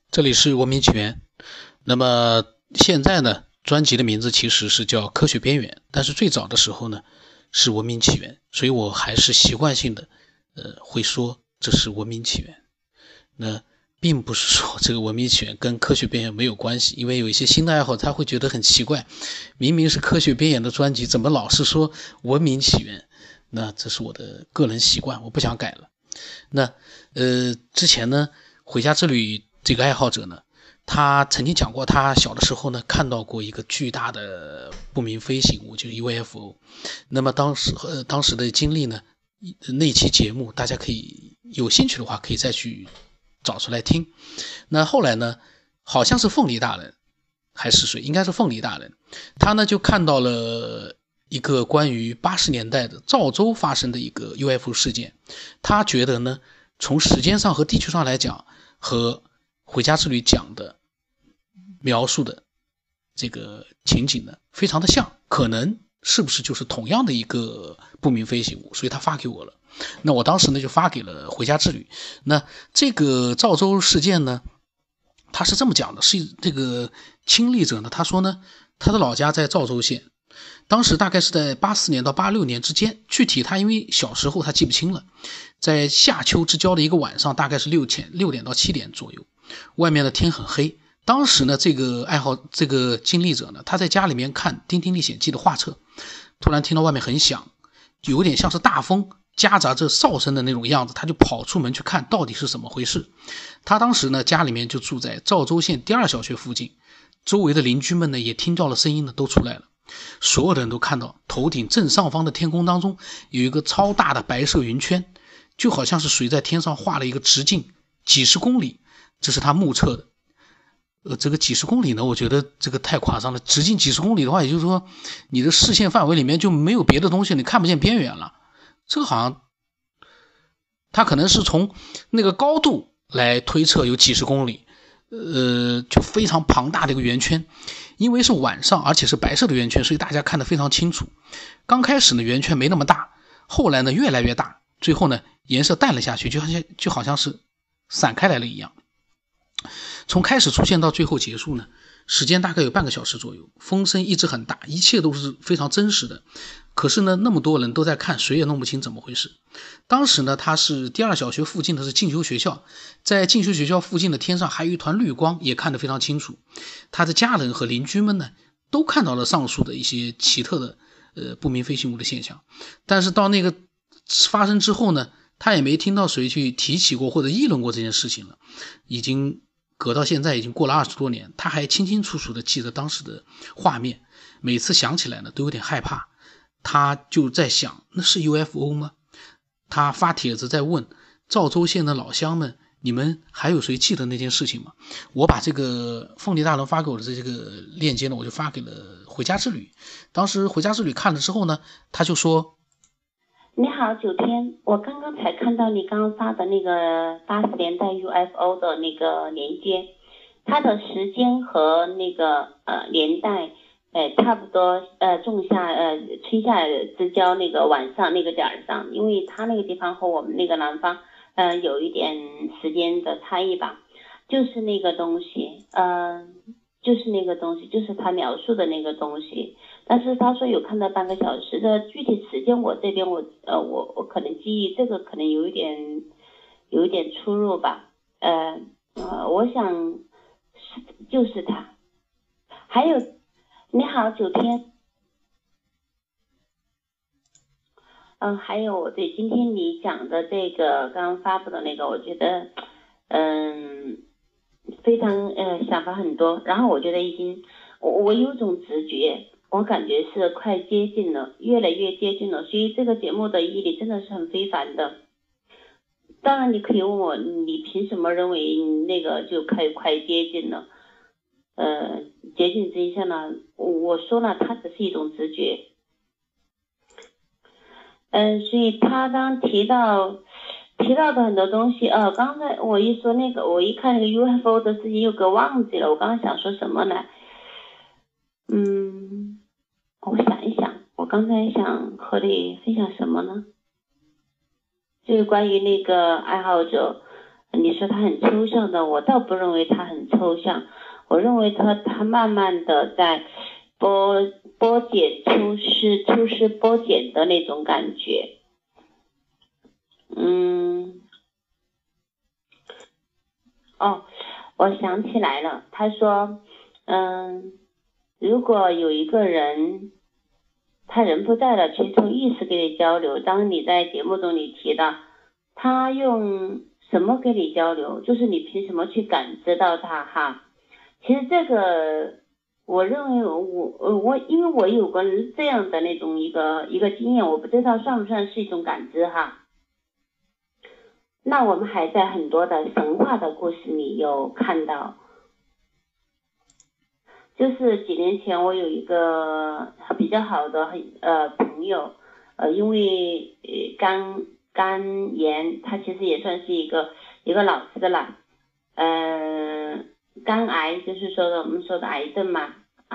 这里是文明起源。那么现在呢，专辑的名字其实是叫科学边缘，但是最早的时候呢是文明起源，所以我还是习惯性的会说这是文明起源。那并不是说这个文明起源跟科学边缘没有关系，因为有一些新的爱好他会觉得很奇怪，明明是科学边缘的专辑，怎么老是说文明起源？那这是我的个人习惯，我不想改了。那之前呢，回家之旅这个爱好者呢，他曾经讲过，他小的时候呢看到过一个巨大的不明飞行物，就是 UFO。那么当时的经历呢，那期节目大家可以有兴趣的话，可以再去找出来听。那后来呢，好像是凤梨大人还是谁，应该是凤梨大人，他呢就看到了一个关于80年代的赵州发生的一个 UFO 事件。他觉得呢，从时间上和地区上来讲，和回家之旅讲的描述的这个情景呢，非常的像，可能是不是就是同样的一个不明飞行物，所以他发给我了。那我当时呢就发给了回家之旅。那这个赵州事件呢，他是这么讲的，是这个亲历者呢，他说呢，他的老家在赵州县，当时大概是在84年到86年之间，具体他因为小时候他记不清了。在夏秋之交的一个晚上，大概是6点到7点左右，外面的天很黑。当时呢，这个经历者呢，他在家里面看《丁丁历险记》的画册，突然听到外面很响，有点像是大风夹杂着哨声的那种样子，他就跑出门去看到底是怎么回事。他当时呢，家里面就住在赵州县第2小学附近，周围的邻居们呢也听到了声音呢，都出来了。所有的人都看到头顶正上方的天空当中有一个超大的白色云圈，就好像是谁在天上画了一个直径几十公里，这是他目测的。这个几十公里呢，我觉得这个太夸张了。直径几十公里的话，也就是说你的视线范围里面就没有别的东西，你看不见边缘了。这个好像他可能是从那个高度来推测有几十公里，就非常庞大的一个圆圈。因为是晚上，而且是白色的圆圈，所以大家看得非常清楚。刚开始呢，圆圈没那么大，后来呢越来越大，最后呢颜色淡了下去，就好像是散开来了一样。从开始出现到最后结束呢，时间大概有半个小时左右，风声一直很大，一切都是非常真实的。可是呢，那么多人都在看，谁也弄不清怎么回事。当时呢，他是第2小学附近的是进修学校，在进修学校附近的天上还有一团绿光，也看得非常清楚。他的家人和邻居们呢，都看到了上述的一些奇特的不明飞行物的现象。但是到那个发生之后呢，他也没听到谁去提起过或者议论过这件事情了。已经隔到现在已经过了20多年，他还清清楚楚地记得当时的画面，每次想起来呢都有点害怕。他就在想，那是 UFO 吗？他发帖子在问赵州县的老乡们，你们还有谁记得那件事情吗？我把这个凤梨大人发给我的这个链接呢，我就发给了回家之旅。当时回家之旅看了之后呢，他就说， 你好9天，我刚刚才看到你刚刚发的那个80年代 UFO 的那个链接，它的时间和那个年代差不多春夏之交那个晚上那个点上，因为它那个地方和我们那个南方有一点时间的差异吧，就是那个东西就是他描述的那个东西。但是他说有看到半个小时的具体时间，我这边我可能记忆这个可能有一点出入吧。我想就是他。还有你好9天，还有我对今天你讲的这个刚刚发布的那个，我觉得非常想法很多，然后我觉得已经我有种直觉，我感觉是快接近了，越来越接近了，所以这个节目的毅力真的是很非凡的。当然你可以问我，你凭什么认为那个就快接近了？接近真相呢？我说了，它只是一种直觉。所以他刚提到的很多东西，刚才我一说那个，我一看那个 UFO 的事情又给忘记了，我刚刚想说什么呢？我想一想，我刚才想和你分享什么呢？就是关于那个爱好者， 你说它很抽象的，我倒不认为它很抽象，我认为它慢慢的在剥茧抽丝剥茧的那种感觉。我想起来了，他说如果有一个人他人不在了，去从意识跟你交流，当你在节目中你提到他用什么跟你交流，就是你凭什么去感知到他哈。其实这个我认为我因为我有过这样的那种一个经验，我不知道算不算是一种感知哈。那我们还在很多的神话的故事里有看到，就是几年前我有一个比较好的朋友，因为肝炎，他其实也算是一个老师了，肝癌就是说的我们说的癌症嘛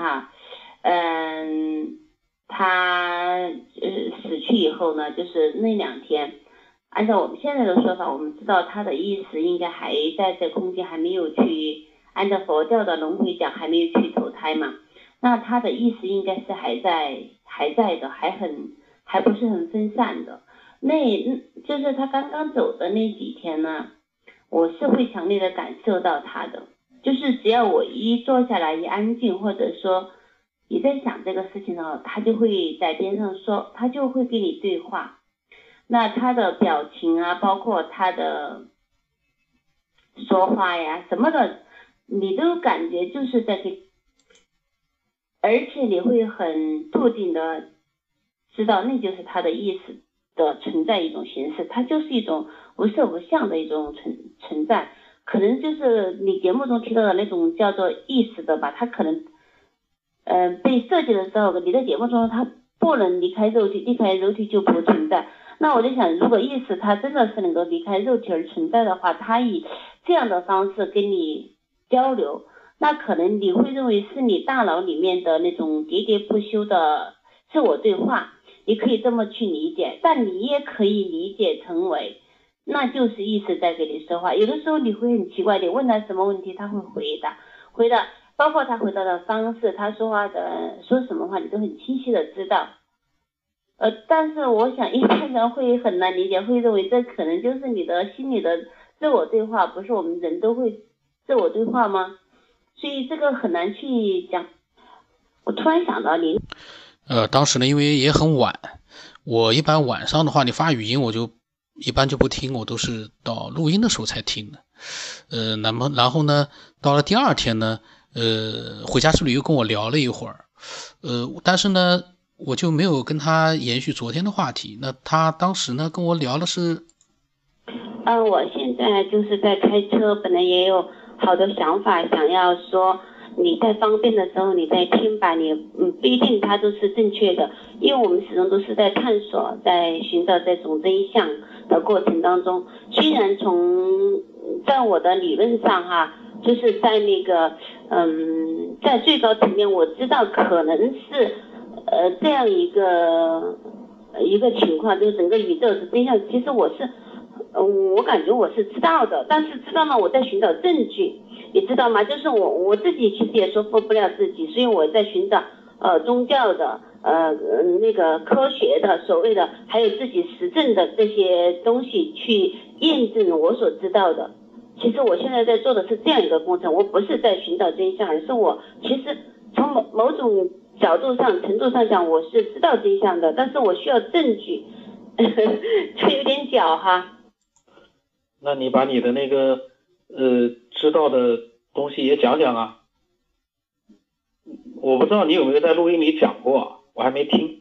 他死去以后呢，就是那2天。按照我们现在的说法，我们知道他的意识应该还在这空间，还没有去按照佛教的轮回讲还没有去投胎嘛，那他的意识应该是还在的，还不是很分散的。就是他刚刚走的那几天呢，我是会强烈的感受到他的，就是只要我一坐下来一安静，或者说你在想这个事情的话，他就会在边上说，他就会跟你对话。那他的表情啊，包括他的说话呀什么的，你都感觉就是在给，而且你会很笃定的知道那就是他的意识的存在一种形式，它就是一种无色无相的一种存在，可能就是你节目中提到的那种叫做意识的吧，它可能被设计的时候，你在节目中它不能离开肉体，离开肉体就不存在。那我就想，如果意识它真的是能够离开肉体而存在的话，它以这样的方式跟你交流，那可能你会认为是你大脑里面的那种喋喋不休的自我对话，你可以这么去理解，但你也可以理解成为那就是意识在跟你说话。有的时候你会很奇怪，你问他什么问题他会回答，包括他回答的方式，他说话的说什么话你都很清晰的知道。但是我想一般人会很难理解，会认为这可能就是你的心里的自我对话，不是我们人都会自我对话吗？所以这个很难去讲。我突然想到您， 当时呢，因为也很晚，我一般晚上的话，你发语音我就一般就不听，我都是到录音的时候才听的。然后呢，到了第2天呢，回家之旅又跟我聊了一会儿，但是呢，我就没有跟他延续昨天的话题。那他当时呢跟我聊的是， 我现在就是在开车，本来也有好多想法想要说，你在方便的时候你在听吧，你不一定它都是正确的，因为我们始终都是在探索，在寻找这种真相的过程当中。虽然在我的理论上哈，就是在那个在最高层面我知道可能是这样一个情况，就是整个宇宙是真相。其实我感觉我是知道的，但是知道呢，我在寻找证据，你知道吗？就是我自己其实也说服不了自己，所以我在寻找宗教的那个科学的所谓的，还有自己实证的这些东西去验证我所知道的。其实我现在在做的是这样一个工程，我不是在寻找真相，而是我其实从某种角度上程度上讲，我是知道真相的，但是我需要证据，这有点狡哈。 那你把你的那个知道的东西也讲讲啊。我不知道你有没有在录音里讲过，我还没听。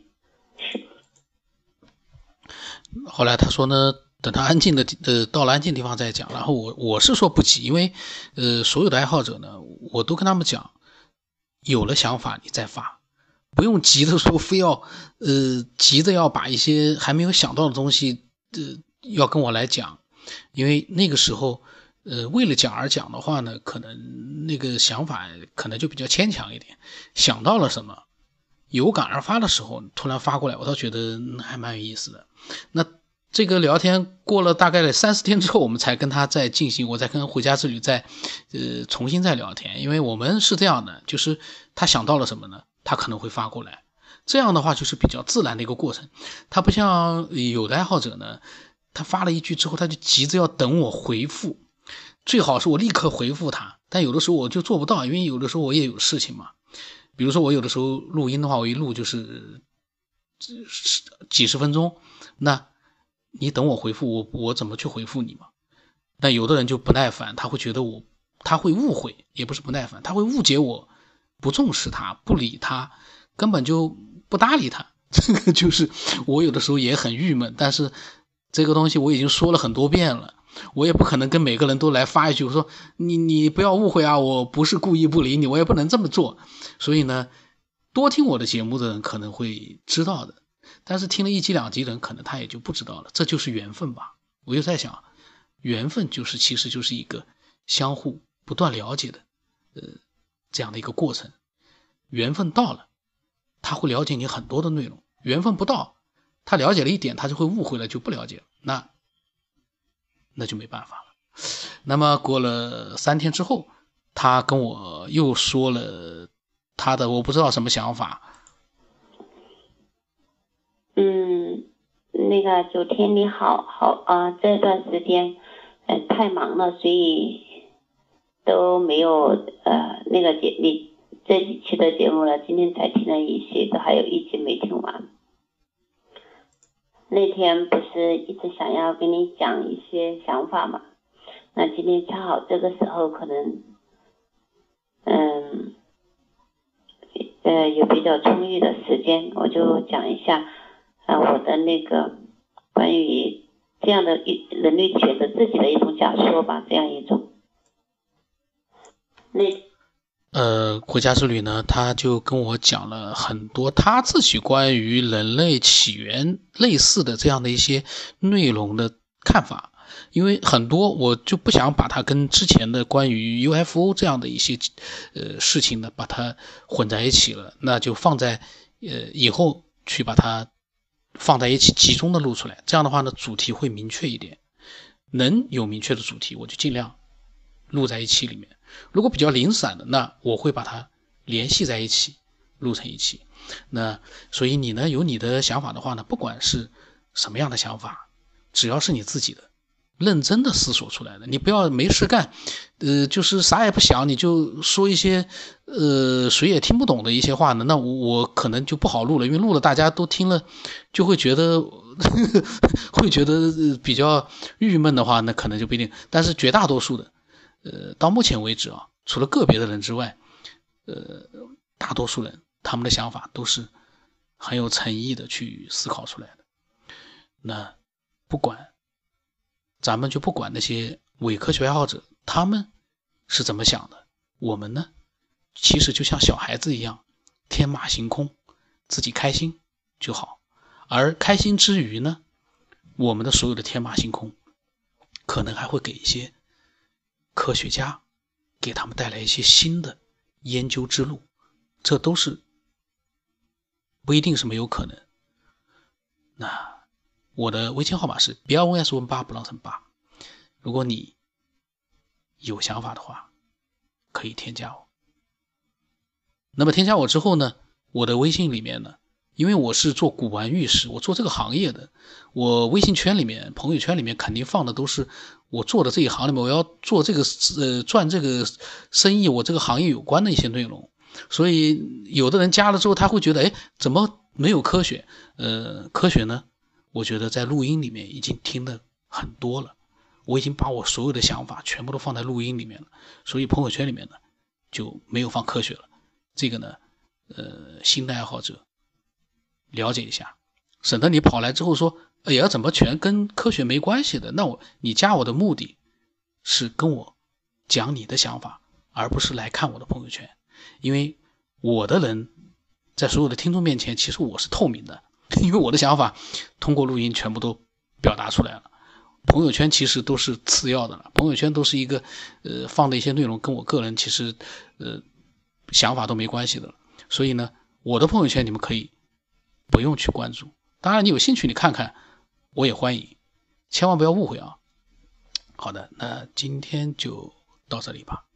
后来他说呢，等他安静的到了安静地方再讲。然后我是说不急，因为所有的爱好者呢，我都跟他们讲，有了想法你再发，不用急的说非要急着要把一些还没有想到的东西要跟我来讲。因为那个时候为了讲而讲的话呢，可能那个想法可能就比较牵强一点，想到了什么有感而发的时候突然发过来，我倒觉得还蛮有意思的。那这个聊天过了大概3-4天之后，我们才跟他再进行，我再跟回家之旅再重新再聊天。因为我们是这样的，就是他想到了什么呢，他可能会发过来，这样的话就是比较自然的一个过程。他不像有的爱好者呢，他发了一句之后他就急着要等我回复，最好是我立刻回复他，但有的时候我就做不到，因为有的时候我也有事情嘛。比如说我有的时候录音的话，我一录就是几十分钟，那你等我回复我怎么去回复你嘛？那有的人就不耐烦，他会觉得他会误会，也不是不耐烦，他会误解我不重视他，不理他，根本就不搭理他。这个就是我有的时候也很郁闷，但是这个东西我已经说了很多遍了，我也不可能跟每个人都来发一句我说你不要误会啊，我不是故意不理你，我也不能这么做。所以呢，多听我的节目的人可能会知道的，但是听了1集2集的人可能他也就不知道了，这就是缘分吧。我就在想，缘分其实就是一个相互不断了解的这样的一个过程。缘分到了，他会了解你很多的内容，缘分不到，他了解了一点，他就会误会了，就不了解了，那就没办法了。那么过了3天之后，他跟我又说了他的我不知道什么想法。 那个9天你好，这段时间太忙了，所以都没有那个你这几期的节目了，今天才听了一些，都还有1集没听完。那天不是一直想要跟你讲一些想法嘛，那今天恰好这个时候可能有比较充裕的时间，我就讲一下我的那个关于这样的人类选择自己的一种假说吧，这样一种。 回家之旅呢，他就跟我讲了很多他自己关于人类起源类似的这样的一些内容的看法，因为很多我就不想把它跟之前的关于 UFO 这样的一些事情呢把它混在一起了，那就放在以后去把它放在一起集中的录出来，这样的话呢主题会明确一点，能有明确的主题我就尽量录在一期里面，如果比较零散的，那我会把它联系在一起录成一期。那所以你呢有你的想法的话呢，不管是什么样的想法，只要是你自己的认真的思索出来的，你不要没事干就是啥也不想你就说一些谁也听不懂的一些话呢，那我可能就不好录了，因为录了大家都听了就会觉得会觉得比较郁闷的话，那可能就不一定。但是绝大多数的到目前为止啊，除了个别的人之外大多数人他们的想法都是很有诚意的去思考出来的。那咱们就不管那些伪科学爱好者他们是怎么想的，我们呢其实就像小孩子一样，天马行空，自己开心就好。而开心之余呢，我们的所有的天马行空可能还会给一些科学家给他们带来一些新的研究之路，这都是不一定是没有可能。那我的微信号码是别问 S 问8不让成8，如果你有想法的话可以添加我。那么添加我之后呢，我的微信里面呢，因为我是做古玩玉石，我做这个行业的，我微信圈里面朋友圈里面肯定放的都是我做的这一行里面我要做这个赚这个生意，我这个行业有关的一些内容。所以有的人加了之后他会觉得怎么没有科学科学呢，我觉得在录音里面已经听得很多了，我已经把我所有的想法全部都放在录音里面了，所以朋友圈里面呢就没有放科学了。这个呢新的爱好者了解一下，省得你跑来之后说哎呀怎么全跟科学没关系的，那你加我的目的是跟我讲你的想法，而不是来看我的朋友圈。因为我的人在所有的听众面前其实我是透明的，因为我的想法通过录音全部都表达出来了，朋友圈其实都是次要的了，朋友圈都是一个放的一些内容跟我个人其实想法都没关系的了。所以呢我的朋友圈你们可以不用去关注，当然你有兴趣你看看我也欢迎， 千万不要误会啊。好的，那今天就到这里吧。